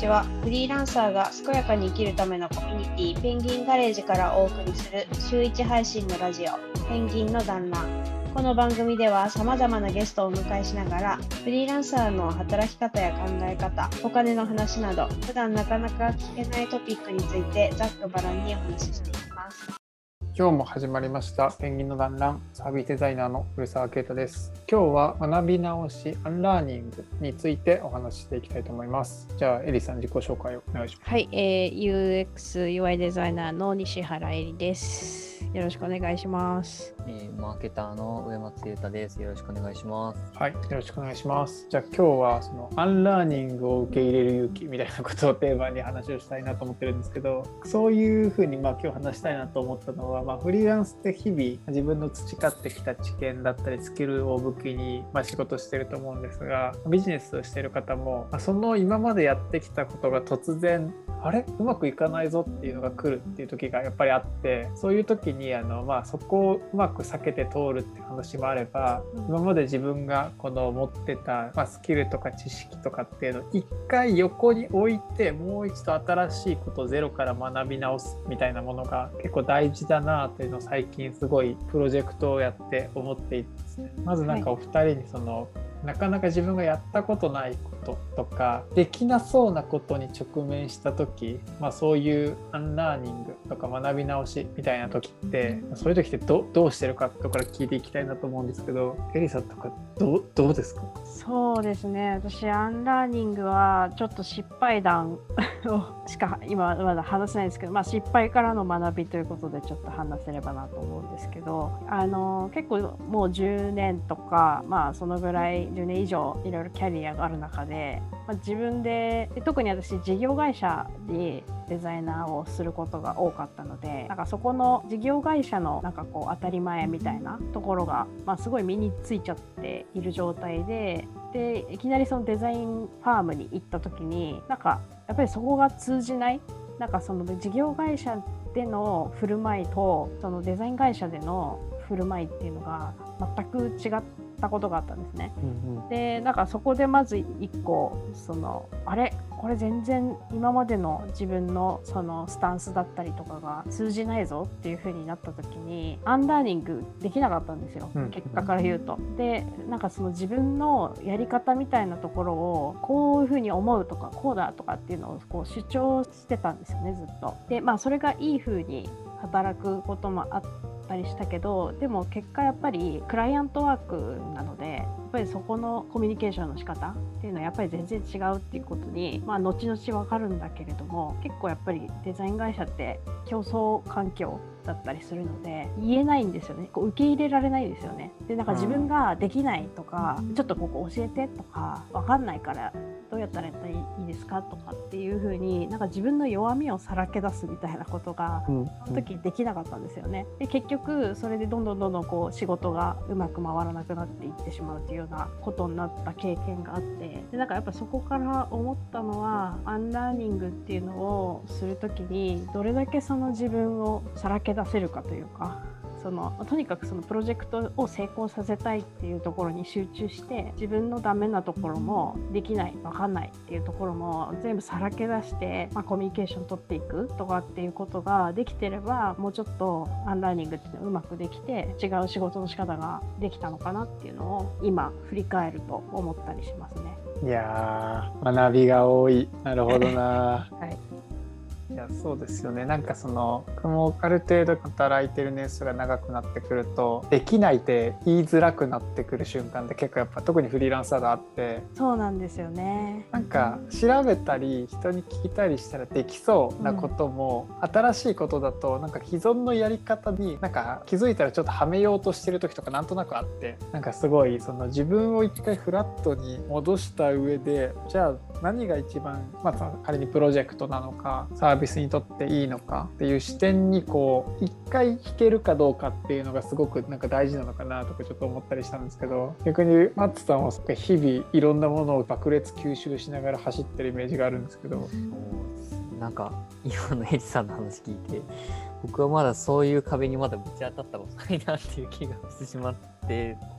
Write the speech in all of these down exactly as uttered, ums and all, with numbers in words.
ちは。フリーランサーが健やかに生きるためのコミュニティペンギンガレージからお送りする週いち配信のラジオペンギンの団らん。この番組では様々なゲストをお迎えしながらフリーランサーの働き方や考え方、お金の話など普段なかなか聞けないトピックについてざっくばらんにお話ししていきます。 今日も始まりましたペンギンの団らん、サービスデザイナーの古澤啓太です。今日は学び直しアンラーニングについてお話ししていきたいと思います。じゃあエリさん、自己紹介をお願いします。 はい、えー、ユーエックス ユーアイ デザイナーの西原えりです。よろしくお願いします。 えー、マーケターの上松裕太です。よろしくお願いします。 はい、よろしくお願いします。じゃあ今日はそのアンラーニングを受け入れる勇気みたいなことをテーマに話をしたいなと思ってるんですけど、そういうふうにまあ今日話したいなと思ったのは、まあ、フリーランスって日々自分の培ってきた知見だったりスキルを武器にまあ仕事してると思うんですが、ビジネスをしている方もその今までやってきたことが突然あれうまくいかないぞっていうのが来るっていう時がやっぱりあって、そういう時にあの、まあ、そこをうまく避けて通るっていう話もあれば、今まで自分がこの持ってた、まあ、スキルとか知識とかっていうのを一回横に置いてもう一度新しいことをゼロから学び直すみたいなものが結構大事だなというのを最近すごいプロジェクトをやって思っていてですね。まずなんかお二人にその、はい、なかなか自分がやったことないこととかできなそうなことに直面した時、まあ、そういうアンラーニングとか学び直しみたいな時ってそういう時って ど, どうしてるかってところから聞いていきたいなと思うんですけど、エリさんとか ど, どうですか？ そうですね、私アンラーニングはちょっと失敗談をしか今まだ話せないんですけど、まあ、失敗からの学びということでちょっと話せればなと思うんですけど、あの結構もうじゅうねんとか、まあ、そのぐらいじゅうねん以上いろいろキャリアがある中で、まあ、自分で特に私事業会社にデザイナーをすることが多かったので、なんかそこの事業会社のなんかこう当たり前みたいなところが、まあ、すごい身についちゃっている状態で、でいきなりそのデザインファームに行った時になんかやっぱりそこが通じない、なんかその事業会社での振る舞いとそのデザイン会社での振る舞いっていうのが全く違ったことがあったんですね、うんうん、でなんかそこでまず一個そのあれこれ全然今までの自分のそのスタンスだったりとかが通じないぞっていう風になった時にアンラーニングできなかったんですよ、うん、結果から言うと。でなんかその自分のやり方みたいなところをこういう風に思うとかこうだとかっていうのをこう主張してたんですよね、ずっと。でまあそれがいい風に働くこともあったりしたけど、でも結果やっぱりクライアントワークなので、やっぱりそこのコミュニケーションの仕方っていうのはやっぱり全然違うっていうことに、まあ、後々分かるんだけれども、結構やっぱりデザイン会社って競争環境だったりするので言えないんですよね。こう受け入れられないですよね。でなんか自分ができないとか、うん、ちょっとここ教えてとか分かんないからどうやったらやったらいいですかとかっていう風になんか自分の弱みをさらけ出すみたいなことが、うん、その時できなかったんですよね。で結局それでどんどんどんどんこう仕事がうまく回らなくなっていってしまうというようなことになった経験があって、でなんかやっぱそこから思ったのはアンラーニングっていうのをする時にどれだけその自分をさらけ出せるかというか、そのとにかくそのプロジェクトを成功させたいっていうところに集中して、自分のダメなところもできない分かんないっていうところも全部さらけ出して、まあ、コミュニケーション取っていくとかっていうことができてれば、もうちょっとアンラーニングっていうのがうまくできて違う仕事の仕方ができたのかなっていうのを今振り返ると思ったりしますね。 いやー学びが多い。なるほどな、 はい、 いやそうですよね。なんかその僕もある程度働いてる年数が長くなってくるとできないって言いづらくなってくる瞬間って結構やっぱ特にフリーランサーがあって、 そうなんですよね。 なんか調べたり人に聞いたりしたらできそうなことも、うん、新しいことだとなんか既存のやり方になんか気づいたらちょっとはめようとしてる時とかなんとなくあって、なんかすごいその自分を一回フラットに戻した上で、じゃあ何が一番、まあ、仮にプロジェクトなのかサービスにとっていいのかっていう視点にこう一回引けるかどうかっていうのがすごくなんか大事なのかなとかちょっと思ったりしたんですけど、逆にマッツさんは日々いろんなものを爆裂吸収しながら走ってるイメージがあるんですけど、 なんか今のエリさんの話聞いて僕はまだそういう壁にまだぶち当たったことないなっていう気がしてしまって、こ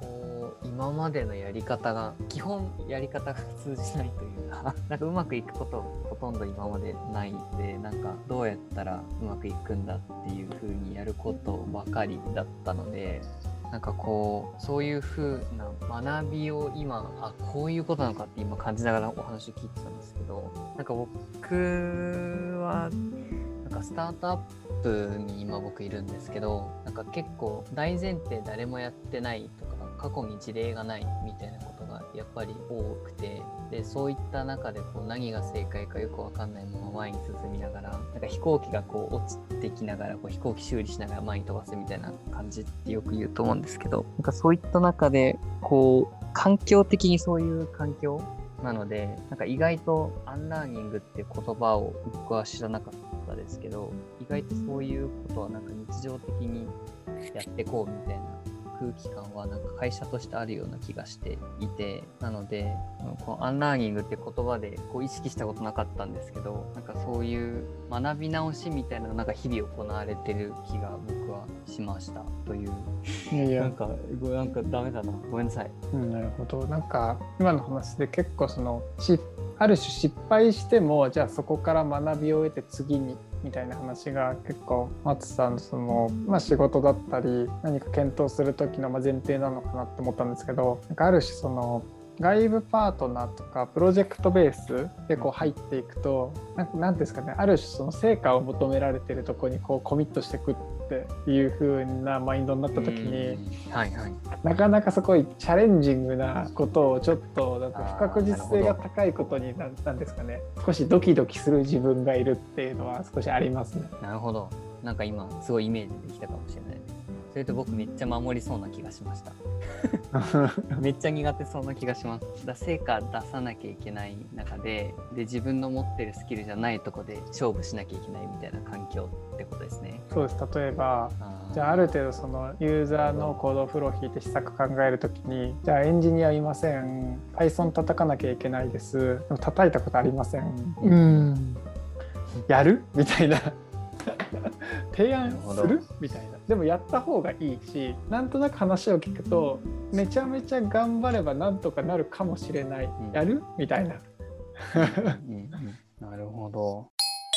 こう今までのやり方が基本やり方が通じないというかなんかうまくいくことほとんど今までないんで、なんかどうやったらうまくいくんだっていう風にやることばかりだったので、なんかこうそういう風な学びを今あこういうことなのかって今感じながらお話を聞いてたんですけど、なんか僕はなんかスタートアップに今僕いるんですけど、なんか結構大前提誰もやってないとか過去に事例がないみたいなことがやっぱり多くて、でそういった中でこう何が正解かよく分かんないまま前に進みながら、なんか飛行機がこう落ちてきながらこう飛行機修理しながら前に飛ばすみたいな感じってよく言うと思うんですけど、なんかそういった中でこう環境的にそういう環境なので、なんか意外とアンラーニングっていう言葉を僕は知らなかったですけど、意外とそういうことはなんか日常的にやってこうみたいな空気感はなんか会社としてあるような気がしていて、なのでこのアンラーニングって言葉でこう意識したことなかったんですけど、なんかそういう学び直しみたいなのがなんか日々行われてる気が僕はしましたという。 いやいやなんかなんかダメだな、ごめんなさい。 うん、なるほど。なんか今の話で結構そのしある種失敗してもじゃあそこから学びを得て次にみたいな話が結構松さんのその、まあ、仕事だったり何か検討する時の前提なのかなって思ったんですけど、なんかある種その外部パートナーとかプロジェクトベースでこう入っていくと、なんかなんですかね、ある種その成果を求められているところにこうコミットしていくっていう風なマインドになった時に、 はいはい、 なかなかそこにチャレンジングなことをちょっとなんか不確実性が高いことになったんですかね、少しドキドキする自分がいるっていうのは少しありますね。 なるほど、なんか今すごいイメージできたかもしれないです。それと僕めっちゃ守りそうな気がしましためっちゃ苦手そうな気がします。だ成果出さなきゃいけない中で、で自分の持ってるスキルじゃないとこで勝負しなきゃいけないみたいな環境ってことですね。 そうです。例えばじゃあある程度そのユーザーのコードフローを引いて施策考えるときに、じゃあエンジニアいません、 Python 叩かなきゃいけないです、でも叩いたことありません、うーんやるみたいな提案するみたいな。でもやった方がいいし、なんとなく話を聞くとめちゃめちゃ頑張ればなんとかなるかもしれない、うん、やるみたいなうん、うん、なるほど。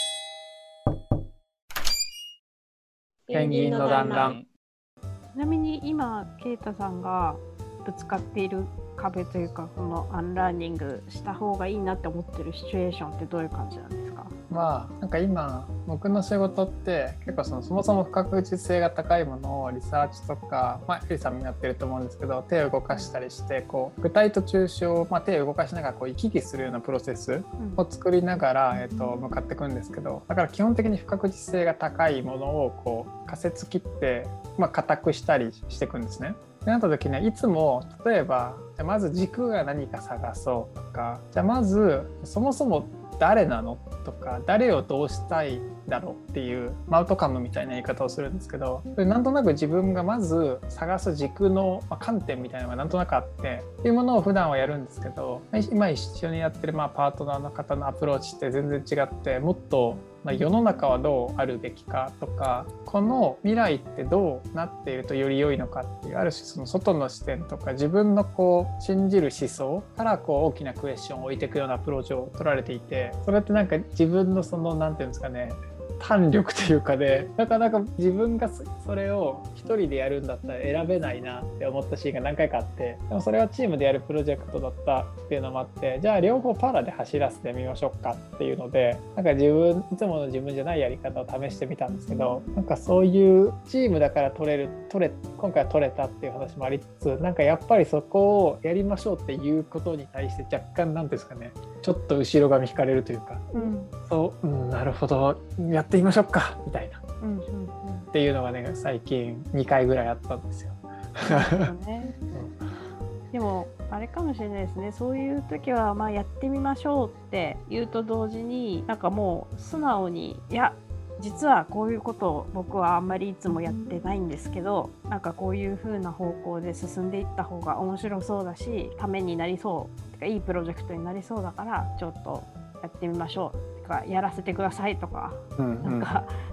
ペンギンの団らん。 ちなみに今ケイタさんがぶつかっている壁というか、このアンラーニングした方がいいなって思ってるシチュエーションってどういう感じなんですか？ まあなんか今僕の仕事って結構そのそもそも不確実性が高いものをリサーチとか、まあ、エリさんもやってると思うんですけど、手を動かしたりしてこう具体と抽象、まあ、手を動かしながらこう行き来するようなプロセスを作りながら、うんえー、と向かっていくんですけど、だから基本的に不確実性が高いものをこう仮説切って、まあ、固くしたりしていくんですね。でなった時にはいつも例えばじゃまず軸が何か探そうとか、じゃあまずそもそも誰なのとか、誰をどうしたいだろうっていうアウトカムみたいな言い方をするんですけど、それなんとなく自分がまず探す軸の観点みたいなのがなんとなくあってっていうものを普段はやるんですけど、今一緒にやってるまあパートナーの方のアプローチって全然違って、もっとまあ世の中はどうあるべきかとか、この未来ってどうなっているとより良いのかっていう、ある種その外の視点とか自分のこう信じる思想からこう大きなクエスチョンを置いていくようなアプローチを取られていて、それってなんか自分のそのなんていうんですかね、胆力というかで、なかなか自分がそれを一人でやるんだったら選べないなって思ったシーンが何回かあって、でもそれはチームでやるプロジェクトだったっていうのもあって、じゃあ両方パラで走らせてみましょうかっていうので、なんか自分いつもの自分じゃないやり方を試してみたんですけど、なんかそういうチームだから取れる取れ今回は取れたっていう話もありつつ、なんかやっぱりそこをやりましょうっていうことに対して若干なんですかね、ちょっと後ろ髪引かれるというか、うん、そう、うん、なるほどやってみましょうかみたいな、うんうんうん、っていうのがね最近にかいぐらいあったんですよ。 ねうん、でもあれかもしれないですね、そういう時はまあやってみましょうって言うと同時に、なんかもう素直にいや実はこういうことを僕はあんまりいつもやってないんですけど、なんかこういう風な方向で進んでいった方が面白そうだし、ためになりそうてかいいプロジェクトになりそうだからちょっとやってみましょうとか、やらせてくださいとか、うんうん、なんか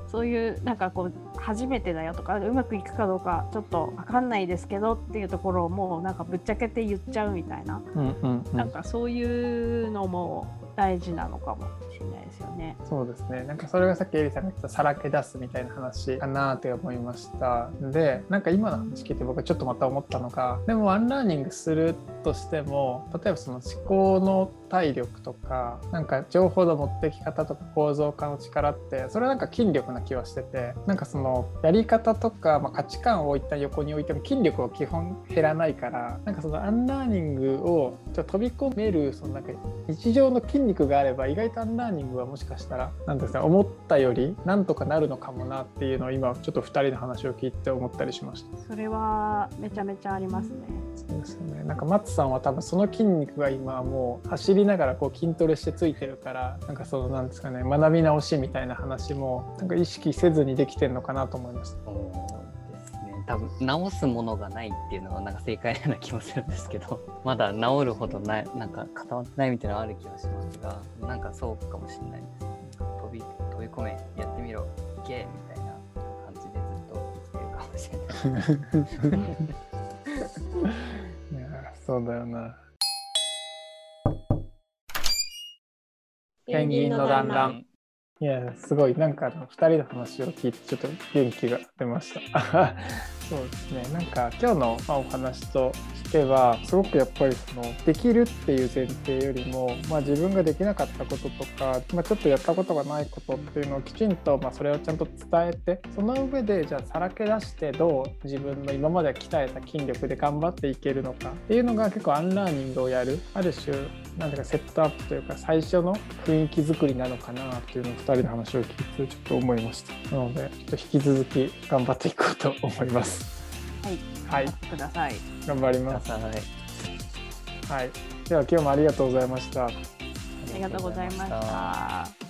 そういうなんかこう初めてだよとかうまくいくかどうかちょっと分かんないですけどっていうところをもうなんかぶっちゃけて言っちゃうみたいな、 うんうんうん、 なんかそういうのも大事なのかもしれないですよね。 そうですね。なんかそれがさっきエリさんが言ったさらけ出すみたいな話かなって思いました。で、なんか今の話聞いて僕はちょっとまた思ったのが、でもアンラーニングするとしても、例えばその思考の体力とか、なんか情報の持ってき方とか構造化の力って、それはなんか筋力な気はしてて、なんかそのやり方とか、まあ、価値観を一旦横に置いても筋力は基本減らないから、なんかそのアンラーニングをちょっと飛び込めるそのなんか日常の筋肉があれば意外とアンラーニングはもしかしたらなんですか、思ったよりなんとかなるのかもなっていうのを今ちょっとふたりの話を聞いて思ったりしました。 それはめちゃめちゃありますね。 そうですよね。なんか松さんは多分その筋肉が今もう走りながらこう筋トレしてついてるから、なんかそのなんですかね、学び直しみたいな話もなんか意識せずにできてるのかなと思いました。 そうですね。多分直すものがないっていうのはなんか正解のような気もするんですけど、まだ治るほどないなんか固まってないみたいなのある気がしますが、なんかそうかもしれないですね。飛び飛び込め、やってみろ、行けみたいな感じでずっと生きてるかもしれない。 いやそうだよな。ペンギンの団らん。いやすごいなんかふたりの話を聞いてちょっと元気が出ました。そうですね。なんか今日のお話としてはすごくやっぱりそのできるっていう前提よりも、まあ、自分ができなかったこととか、まあ、ちょっとやったことがないことっていうのをきちんと、まあ、それをちゃんと伝えて、その上でじゃあさらけ出してどう自分の今まで鍛えた筋力で頑張っていけるのかっていうのが結構アンラーニングをやるある種なんていうかセットアップというか最初の雰囲気作りなのかなっていうのをふたりの話を聞いてちょっと思いました。なのでちょっと引き続き頑張っていこうと思います。 はい、 はい、 ください。 頑張ります。 はい。 はい、では今日もありがとうございました。 ありがとうございました。